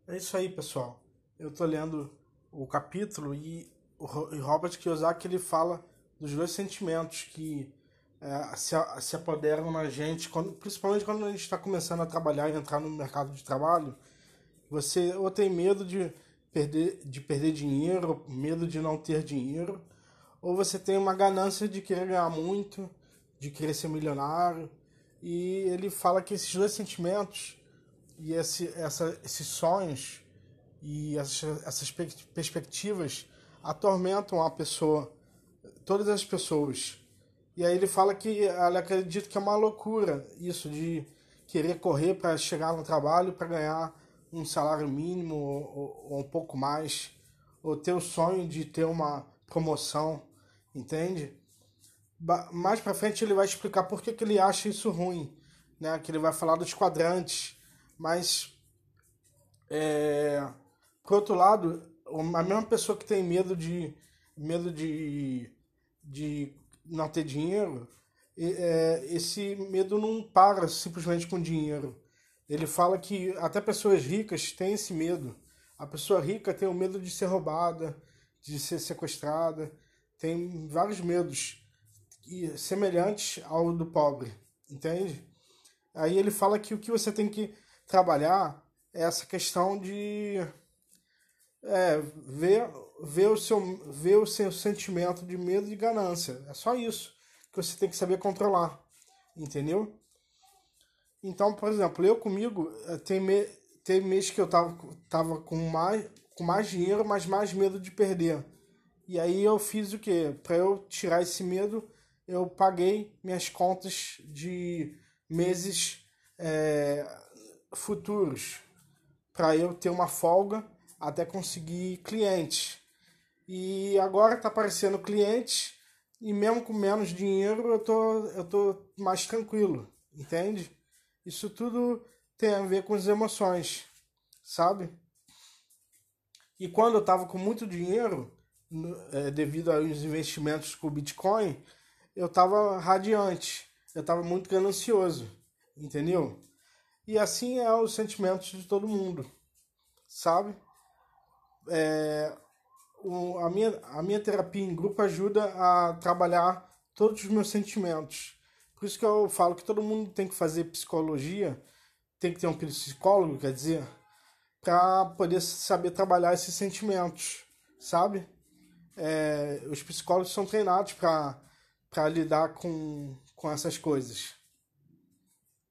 É isso aí, pessoal. Eu tô lendo o capítulo e o Robert Kiyosaki ele fala dos dois sentimentos que se apoderam na gente, principalmente quando a gente está começando a trabalhar e entrar no mercado de trabalho. Você ou tem medo de perder dinheiro, medo de não ter dinheiro, ou você tem uma ganância de querer ganhar muito, de querer ser milionário. E ele fala que esses dois sentimentos e esses sonhos e essas perspectivas atormentam a pessoa, todas as pessoas. E aí ele fala que ela acredita que é uma loucura isso de querer correr para chegar no trabalho para ganhar um salário mínimo ou um pouco mais, ou ter o sonho de ter uma promoção, entende? Mais para frente ele vai explicar por que, que ele acha isso ruim, né? Que ele vai falar dos quadrantes, mas é, por outro lado, a mesma pessoa que tem medo de não ter dinheiro, esse medo não para simplesmente com dinheiro. Ele fala que até pessoas ricas têm esse medo. A pessoa rica tem o medo de ser roubada, de ser sequestrada, tem vários medos semelhantes ao do pobre, entende? Aí ele fala que o que você tem que trabalhar é essa questão de ver, ver o seu sentimento de medo e ganância. É só isso que você tem que saber controlar, entendeu? Então, por exemplo, eu comigo, tem mês que eu tava com mais dinheiro, mas mais medo de perder. E aí eu fiz o quê? Para eu tirar esse medo, eu paguei minhas contas de meses é, futuros, para eu ter uma folga até conseguir clientes. E agora tá aparecendo clientes e mesmo com menos dinheiro eu tô mais tranquilo, entende? Isso tudo tem a ver com as emoções, sabe? E quando eu tava com muito dinheiro, devido aos investimentos com o Bitcoin, eu tava radiante, eu tava muito ganancioso, entendeu? E assim é os sentimentos de todo mundo, sabe? A minha terapia em grupo ajuda a trabalhar todos os meus sentimentos. Por isso que eu falo que todo mundo tem que fazer psicologia, tem que ter um psicólogo, quer dizer, para poder saber trabalhar esses sentimentos, sabe? Os psicólogos são treinados para lidar com essas coisas.